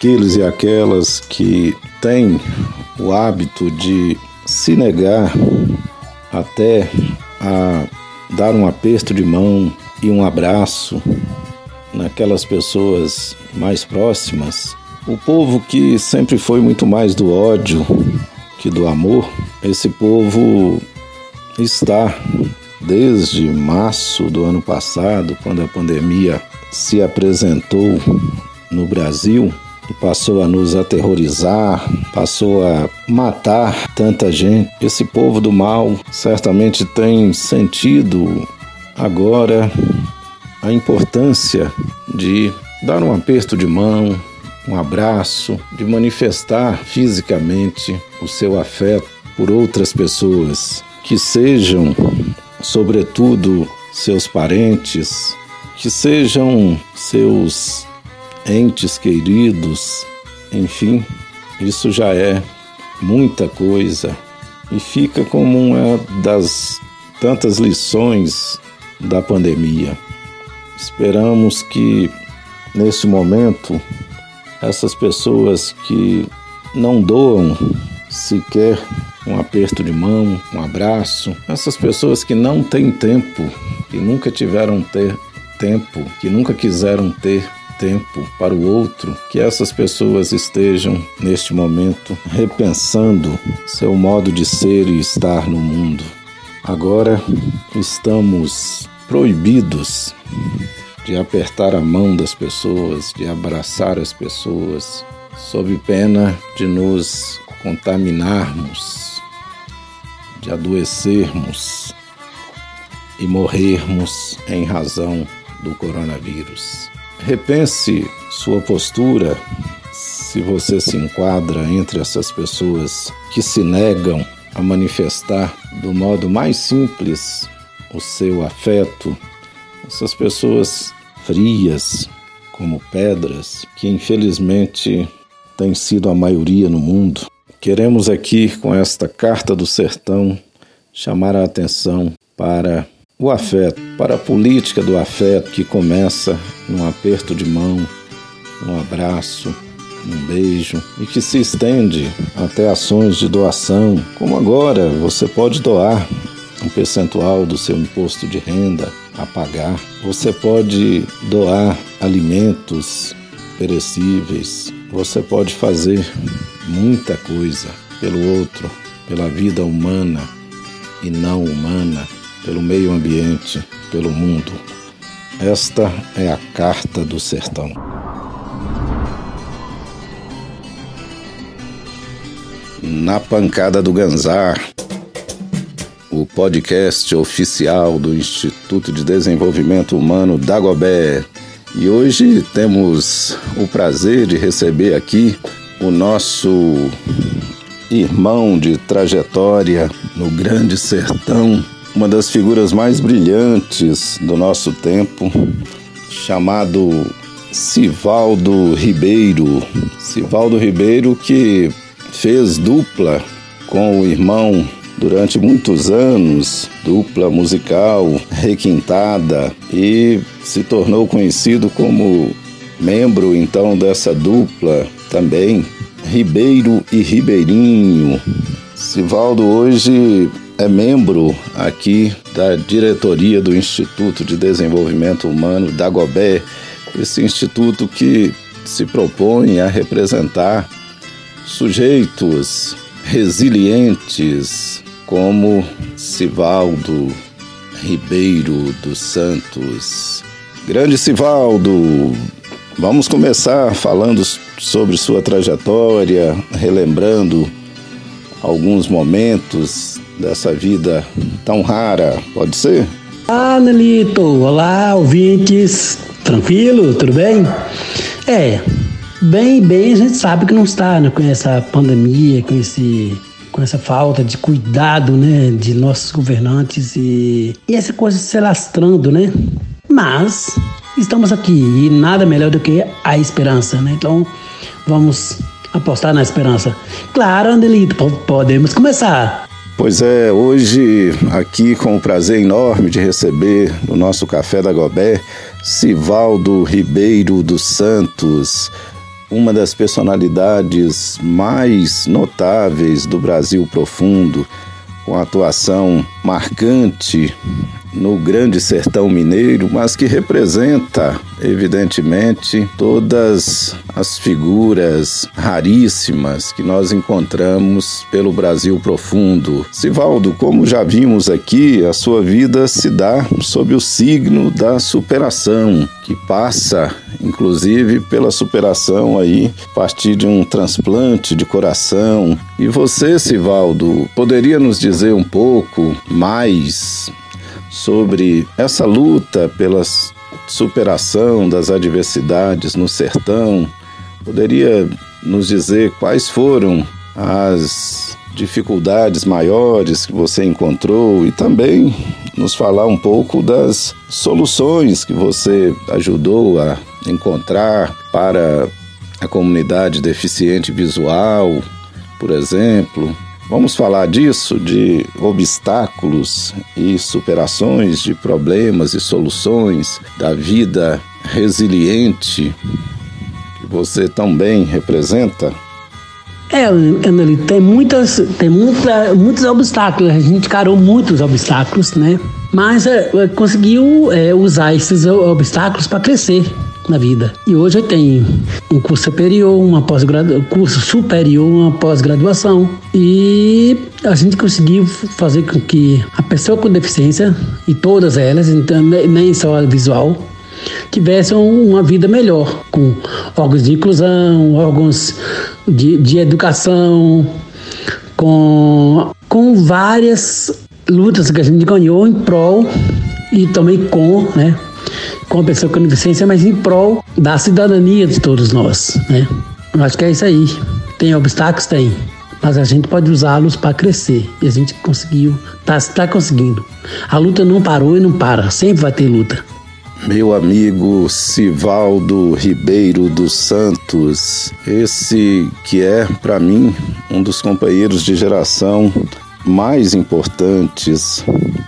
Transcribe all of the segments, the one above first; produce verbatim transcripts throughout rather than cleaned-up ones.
aqueles e aquelas que têm o hábito de se negar até a dar um aperto de mão e um abraço naquelas pessoas mais próximas. O povo que sempre foi muito mais do ódio que do amor, esse povo está desde março do ano passado, quando a pandemia se apresentou no Brasil e passou a nos aterrorizar, passou a matar tanta gente. Esse povo do mal certamente tem sentido agora a importância de dar um aperto de mão, um abraço, de manifestar fisicamente o seu afeto por outras pessoas, que sejam, sobretudo, seus parentes, que sejam seus entes queridos, enfim, isso já é muita coisa e fica como uma das tantas lições da pandemia. Esperamos que, nesse momento, essas pessoas que não doam sequer um aperto de mão, um abraço, essas pessoas que não têm tempo, que nunca tiveram ter tempo, que nunca quiseram ter tempo para o outro, que essas pessoas estejam, neste momento, repensando seu modo de ser e estar no mundo. Agora estamos proibidos de apertar a mão das pessoas, de abraçar as pessoas, sob pena de nos contaminarmos, de adoecermos e morrermos em razão do coronavírus. Repense sua postura, se você se enquadra entre essas pessoas que se negam a manifestar do modo mais simples o seu afeto, essas pessoas frias como pedras, que infelizmente têm sido a maioria no mundo. Queremos aqui, com esta Carta do Sertão, chamar a atenção para o afeto, para a política do afeto que começa num aperto de mão, num abraço, num beijo e que se estende até ações de doação, como agora você pode doar um percentual do seu imposto de renda a pagar, você pode doar alimentos perecíveis, você pode fazer muita coisa pelo outro, pela vida humana e não humana, pelo meio ambiente, pelo mundo. Esta é a Carta do Sertão. Na Pancada do Ganzar, o podcast oficial do Instituto de Desenvolvimento Humano Dagobé. E hoje temos o prazer de receber aqui o nosso irmão de trajetória no Grande Sertão, uma das figuras mais brilhantes do nosso tempo, chamado Sivaldo Ribeiro. Sivaldo Ribeiro, que fez dupla com o irmão durante muitos anos, dupla musical requintada, e se tornou conhecido como membro então dessa dupla também, Ribeiro e Ribeirinho. Sivaldo hoje é membro aqui da diretoria do Instituto de Desenvolvimento Humano Dagobé, esse instituto que se propõe a representar sujeitos resilientes como Sivaldo Ribeiro dos Santos. Grande Sivaldo, vamos começar falando sobre sua trajetória, relembrando alguns momentos dessa vida tão rara, pode ser? Olá, Nelito! Olá, ouvintes! Tranquilo? Tudo bem? É, bem, bem, a gente sabe que não está, né, com essa pandemia, com, esse, com essa falta de cuidado, né, de nossos governantes e, e essa coisa se lastrando, né? Mas estamos aqui e nada melhor do que a esperança, né? Então, vamos apostar na esperança. Claro, Andelito, podemos começar. Pois é, hoje aqui com o prazer enorme de receber no nosso Café Dagobé Sivaldo Ribeiro dos Santos, uma das personalidades mais notáveis do Brasil profundo, com atuação marcante no grande sertão mineiro, mas que representa, evidentemente, todas as figuras raríssimas que nós encontramos pelo Brasil profundo. Sivaldo, como já vimos aqui, a sua vida se dá sob o signo da superação, que passa, inclusive, pela superação aí, a partir de um transplante de coração. E você, Sivaldo, poderia nos dizer um pouco mais sobre essa luta pela superação das adversidades no sertão? Poderia nos dizer quais foram as dificuldades maiores que você encontrou e também nos falar um pouco das soluções que você ajudou a encontrar para a comunidade deficiente visual, por exemplo? Vamos falar disso, de obstáculos e superações de problemas e soluções da vida resiliente que você tão bem representa? É, Anneli, tem muitas, tem muita, muitos obstáculos, a gente encarou muitos obstáculos, né? Mas é, conseguiu é, usar esses obstáculos para crescer na vida. E hoje eu tenho um curso superior, uma pós-graduação, curso superior, uma pós-graduação. E a gente conseguiu fazer com que a pessoa com deficiência, e todas elas, então, nem só a visual, tivessem uma vida melhor, com órgãos de inclusão, órgãos de, de educação, com, com várias lutas que a gente ganhou em prol e também com, né, com a pessoa com deficiência, mas em prol da cidadania de todos nós, né? Eu acho que é isso aí. Tem obstáculos? Tem. Mas a gente pode usá-los para crescer. E a gente conseguiu, está tá conseguindo. A luta não parou e não para. Sempre vai ter luta. Meu amigo Sivaldo Ribeiro dos Santos, esse que é, para mim, um dos companheiros de geração mais importantes,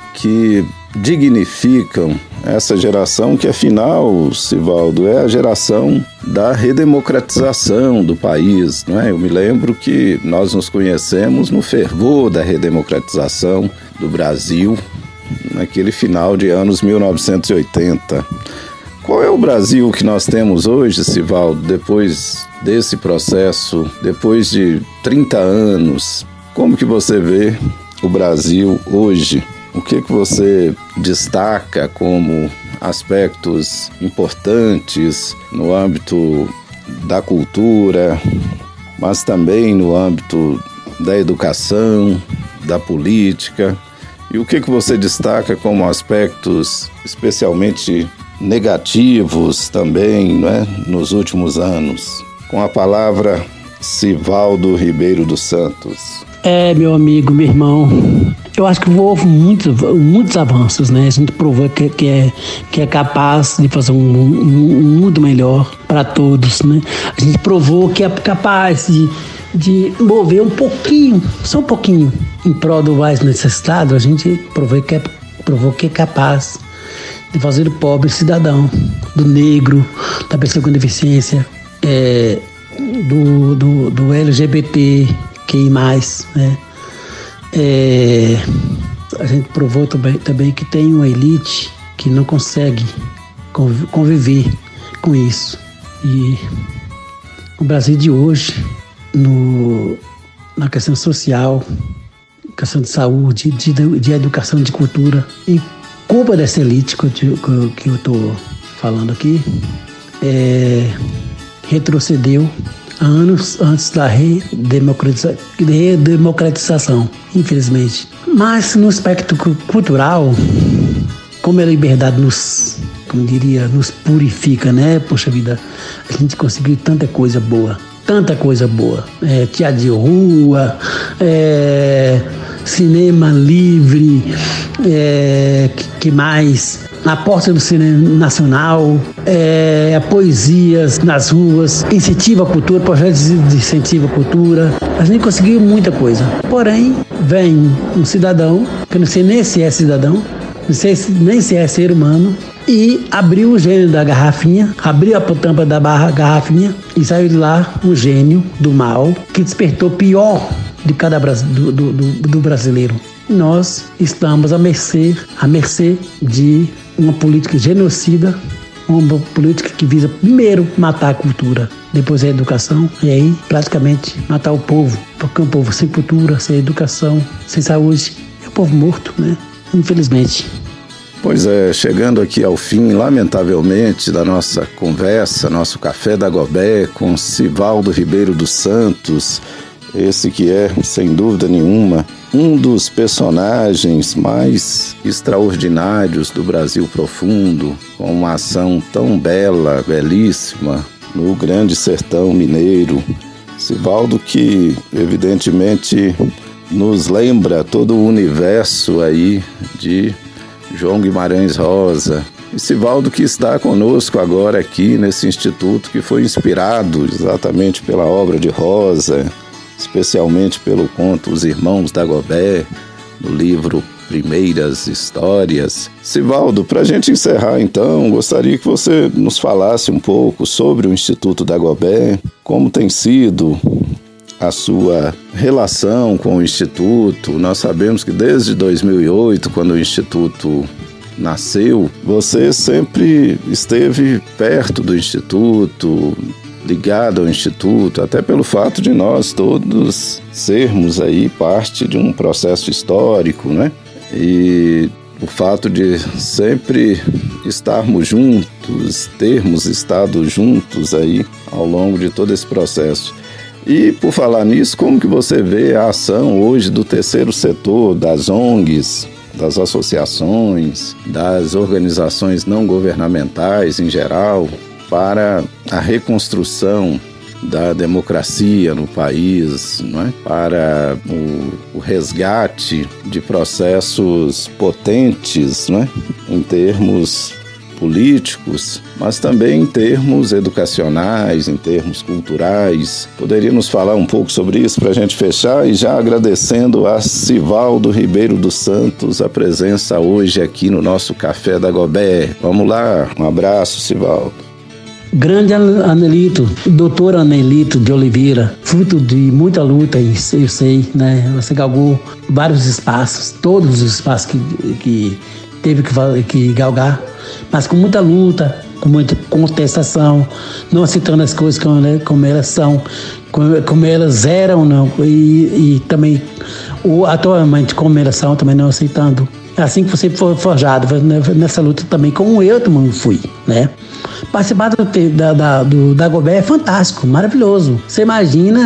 que dignificam essa geração que, afinal, Sivaldo, é a geração da redemocratização do país, não é? Eu me lembro que nós nos conhecemos no fervor da redemocratização do Brasil, naquele final de anos mil novecentos e oitenta. Qual é o Brasil que nós temos hoje, Sivaldo, depois desse processo, depois de trinta anos? Como que você vê o Brasil hoje? O que que você destaca como aspectos importantes no âmbito da cultura, mas também no âmbito da educação, da política? E o que que você destaca como aspectos especialmente negativos também, não é, nos últimos anos? Com a palavra, Sivaldo Ribeiro dos Santos. É, meu amigo, meu irmão, eu acho que houve muitos, muitos avanços, né? A gente provou que, que, é, que é capaz de fazer um, um, um mundo melhor para todos, né? A gente provou que é capaz de, de mover um pouquinho, só um pouquinho, em prol do mais necessitado. A gente provou que é, provou que é capaz de fazer o pobre cidadão, do negro, da pessoa com deficiência, é, do, do, do L G B T, que mais, né? É, a gente provou também, também que tem uma elite que não consegue conviver com isso. E o Brasil de hoje, no, na questão social, questão de saúde, de, de educação, de cultura, em culpa dessa elite que eu, que eu estou falando aqui, é, retrocedeu anos antes da redemocratiza- redemocratização, infelizmente. Mas no aspecto cultural, como a liberdade nos, como diria, nos purifica, né? Poxa vida, a gente conseguiu tanta coisa boa, tanta coisa boa. É, teatro de rua, é, cinema livre, é, que, que mais? Na porta do cinema nacional, é, poesias nas ruas, incentiva a cultura, projetos de incentivo à cultura. A gente conseguiu muita coisa. Porém, vem um cidadão, que eu não sei nem se é cidadão, não sei se, nem se é ser humano, e abriu o gênio da garrafinha, abriu a tampa da barra, garrafinha e saiu de lá um gênio do mal que despertou o pior de cada do, do, do, do brasileiro. Nós estamos à mercê, à mercê de uma política genocida, uma política que visa primeiro matar a cultura, depois a educação e aí praticamente matar o povo, porque um povo sem cultura, sem educação, sem saúde é um povo morto, né? Infelizmente. Pois é, chegando aqui ao fim, lamentavelmente, da nossa conversa, nosso Café Dagobé com Sivaldo Ribeiro dos Santos, esse que é, sem dúvida nenhuma, um dos personagens mais extraordinários do Brasil profundo, com uma ação tão bela, belíssima, no grande sertão mineiro. Sivaldo que, evidentemente, nos lembra todo o universo aí de João Guimarães Rosa. E Sivaldo que está conosco agora aqui nesse instituto que foi inspirado exatamente pela obra de Rosa, especialmente pelo conto Os Irmãos Dagobé, no livro Primeiras Histórias. Sivaldo, para a gente encerrar então, gostaria que você nos falasse um pouco sobre o Instituto Dagobé, como tem sido a sua relação com o Instituto. Nós sabemos que desde dois mil e oito, quando o Instituto nasceu, você sempre esteve perto do Instituto, ligado ao Instituto, até pelo fato de nós todos sermos aí parte de um processo histórico, né? E o fato de sempre estarmos juntos, termos estado juntos aí ao longo de todo esse processo. E por falar nisso, como que você vê a ação hoje do terceiro setor, das O N Gs, das associações, das organizações não governamentais em geral, para a reconstrução da democracia no país, não é? Para o, o resgate de processos potentes, não é? Em termos políticos, mas também em termos educacionais, em termos culturais. Poderia nos falar um pouco sobre isso para a gente fechar? E já agradecendo a Sivaldo Ribeiro dos Santos a presença hoje aqui no nosso Café Dagobé. Vamos lá, um abraço, Sivaldo. Grande Anelito, doutor Anelito de Oliveira, fruto de muita luta, eu sei, né? Você galgou vários espaços, todos os espaços que, que teve que, que galgar, mas com muita luta, com muita contestação, não aceitando as coisas como, né, como elas são, como, como elas eram, não, e, e também, o, atualmente, como elas são, também não aceitando. É assim que você foi forjado nessa luta também, como eu também fui, né? Participar do, da, da, do Dagobé é fantástico, maravilhoso. Você imagina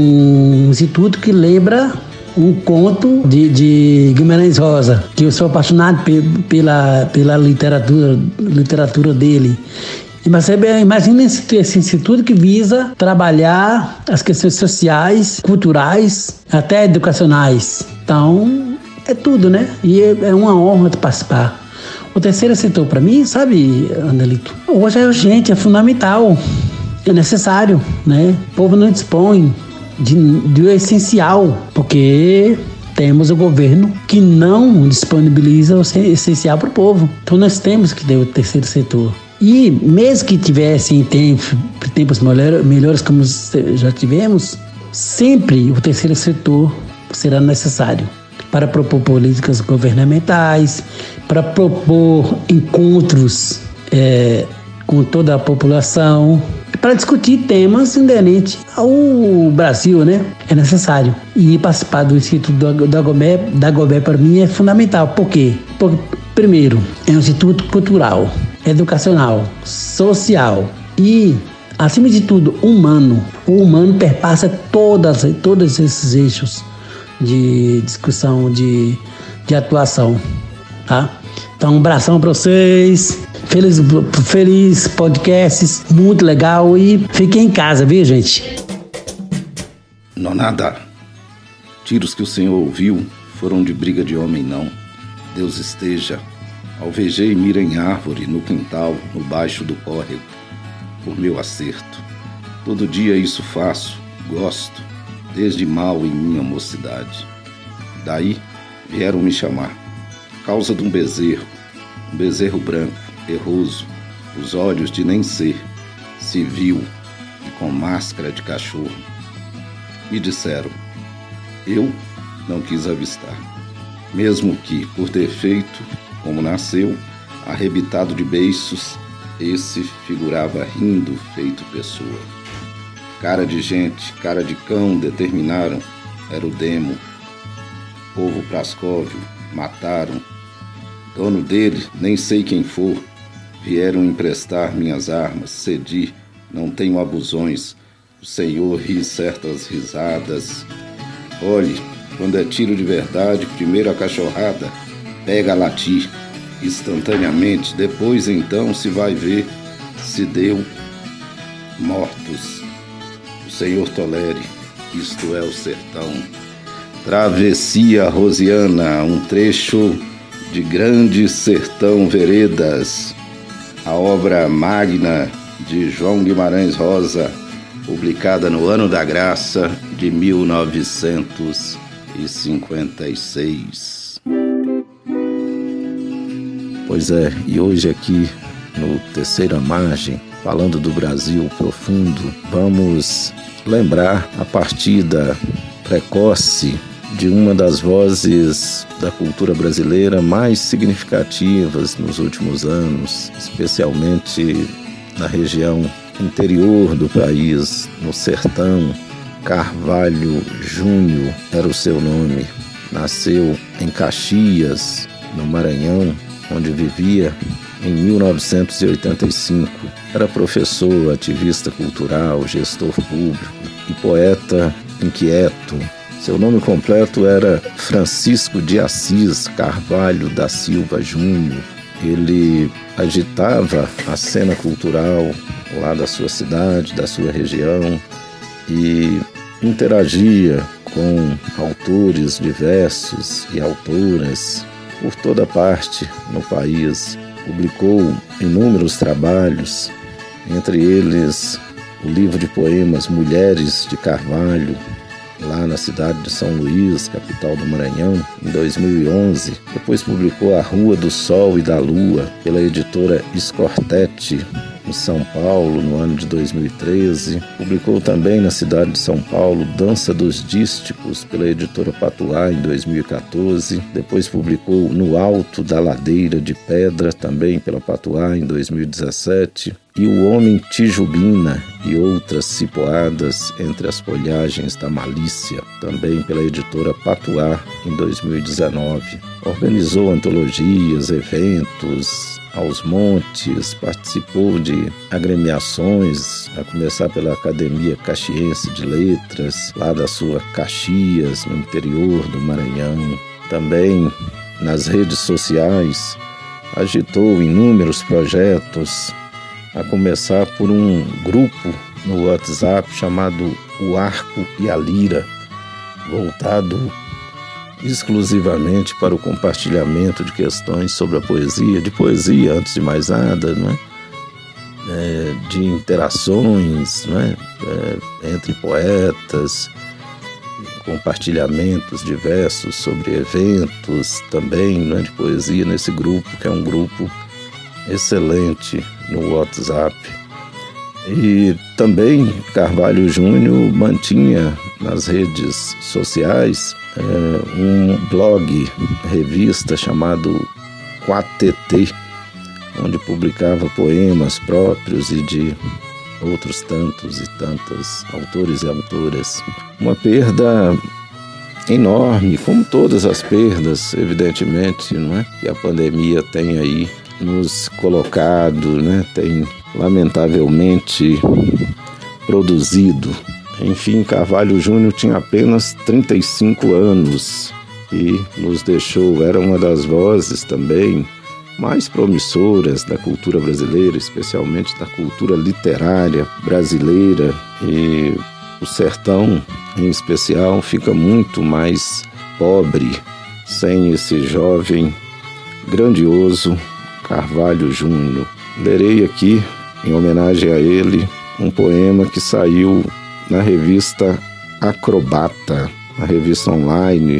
um instituto que lembra um conto de, de Guimarães Rosa, que eu sou apaixonado pe, pela, pela literatura, literatura dele. Mas você imagina esse, esse instituto que visa trabalhar as questões sociais, culturais, até educacionais. Então, é tudo, né? E é, é uma honra de participar. O terceiro setor, para mim, sabe, Anelito? Hoje é urgente, é fundamental, é necessário, né? O povo não dispõe de, de essencial, porque temos o governo que não disponibiliza o essencial para o povo. Então nós temos que ter o terceiro setor. E mesmo que tivesse em tempos, tempos melhores como já tivemos, sempre o terceiro setor será necessário para propor políticas governamentais, para propor encontros é, com toda a população, para discutir temas inerentes ao Brasil, né? É necessário. E participar do Instituto Dagobé, Dagobé para mim é fundamental. Por quê? Porque, primeiro, é um instituto cultural, educacional, social e, acima de tudo, humano. O humano perpassa todas, todos esses eixos de discussão, de, de atuação, tá? Então, um abração para vocês, feliz, feliz podcasts, muito legal, e fiquem em casa, viu, gente? Nonada, tiros que o Senhor ouviu foram de briga de homem, não. Deus esteja. Alvejei mira em árvore, no quintal, no baixo do córrego, por meu acerto. Todo dia isso faço, gosto, desde mal em minha mocidade. Daí vieram me chamar. causa de um bezerro, um bezerro branco, erroso, os olhos de nem ser, civil e com máscara de cachorro. Me disseram, eu não quis avistar, mesmo que, por defeito, como nasceu, arrebitado de beiços, esse figurava rindo feito pessoa. Cara de gente, cara de cão, determinaram, era o demo. Povo Prascóvio, mataram. Dono dele, nem sei quem for, vieram emprestar minhas armas, cedi, não tenho abusões. O senhor ri certas risadas. Olhe, quando é tiro de verdade, primeiro a cachorrada pega a latir. Instantaneamente, depois então se vai ver se deu mortos. O senhor tolere, isto é o sertão. Travessia Rosiana, um trecho de Grande Sertão Veredas, a obra magna de João Guimarães Rosa, publicada no ano da graça de mil novecentos e cinquenta e seis. Pois é, e hoje aqui no Terceira Margem, falando do Brasil profundo, vamos lembrar a partida precoce de uma das vozes da cultura brasileira mais significativas nos últimos anos, especialmente na região interior do país, no sertão. Carvalho Júnior era o seu nome. Nasceu em Caxias, no Maranhão, onde vivia em mil novecentos e oitenta e cinco. Era professor, ativista cultural, gestor público e poeta inquieto. Seu nome completo era Francisco de Assis Carvalho da Silva Júnior. Ele agitava a cena cultural lá da sua cidade, da sua região, e interagia com autores diversos e autoras por toda parte no país. Publicou inúmeros trabalhos, entre eles o livro de poemas Mulheres de Carvalho, lá na cidade de São Luís, capital do Maranhão, em dois mil e onze. Depois publicou A Rua do Sol e da Lua, pela editora Escortete, em São Paulo, no ano de dois mil e treze. Publicou também na cidade de São Paulo Dança dos Dísticos, pela editora Patuá, em dois mil e quatorze. Depois publicou No Alto da Ladeira de Pedra, também pela Patuá, em dois mil e dezessete. E O Homem Tijubina e Outras Cipoadas entre as Folhagens da Malícia, também pela editora Patuá, em dois mil e dezenove. Organizou antologias, eventos aos montes, participou de agremiações, a começar pela Academia Caxiense de Letras, lá da sua Caxias, no interior do Maranhão. Também nas redes sociais agitou inúmeros projetos, a começar por um grupo no WhatsApp chamado O Arco e a Lira, voltado exclusivamente para o compartilhamento de questões sobre a poesia, de poesia antes de mais nada, não é? É, de interações, não é? É, entre poetas, compartilhamentos diversos sobre eventos também, não é? De poesia nesse grupo, que é um grupo excelente no WhatsApp. E também Carvalho Júnior mantinha nas redes sociais é, um blog, revista chamado Quattetê, onde publicava poemas próprios e de outros tantos e tantas autores e autoras. Uma perda enorme, como todas as perdas, evidentemente, não é? Que a pandemia tem aí nos colocado, né? Tem lamentavelmente produzido. Enfim, Carvalho Júnior tinha apenas trinta e cinco anos e nos deixou. Era uma das vozes também mais promissoras da cultura brasileira, especialmente da cultura literária brasileira. E o sertão, em especial, fica muito mais pobre sem esse jovem grandioso Carvalho Júnior. Lerei aqui, em homenagem a ele, um poema que saiu na revista Acrobata, a revista online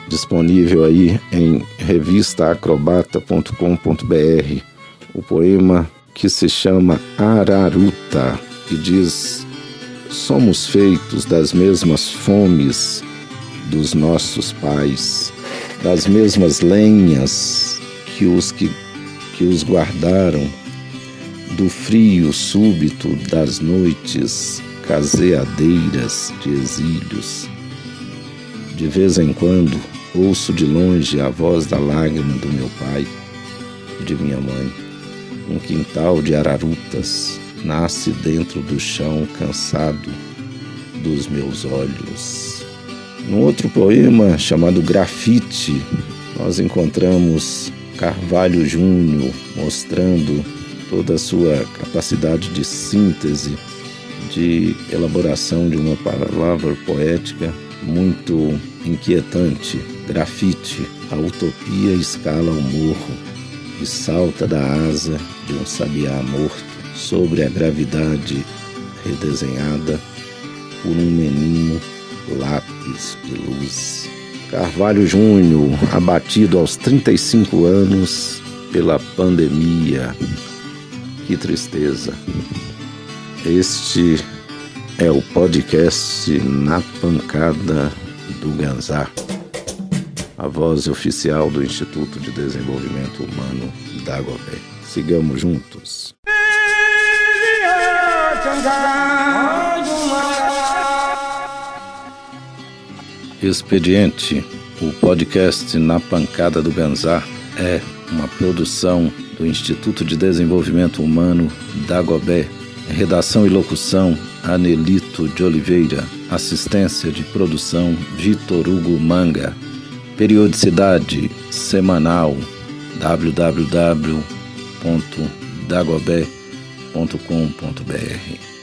disponível aí em revista acrobata ponto com ponto b r, o poema que se chama Araruta, que diz: somos feitos das mesmas fomes dos nossos pais, das mesmas lenhas que os que, que os guardaram, do frio súbito das noites caseadeiras de exílios. De vez em quando, ouço de longe a voz da lágrima do meu pai e de minha mãe. Um quintal de ararutas nasce dentro do chão cansado dos meus olhos. Num outro poema chamado Grafite, nós encontramos Carvalho Júnior mostrando toda a sua capacidade de síntese, de elaboração de uma palavra poética muito inquietante. Grafite, a utopia escala o morro e salta da asa de um sabiá morto sobre a gravidade redesenhada por um menino lápis de luz. Carvalho Júnior, abatido aos trinta e cinco anos pela pandemia. Que tristeza. Este é o podcast Na Pancada do Ganzá, a voz oficial do Instituto de Desenvolvimento Humano Dagobé. Sigamos juntos. Expediente, o podcast Na Pancada do Ganzá é uma produção do Instituto de Desenvolvimento Humano Dagobé. Redação e locução, Anelito de Oliveira. Assistência de produção, Vitor Hugo Manga. Periodicidade semanal, w w w ponto dagobé ponto com ponto b r.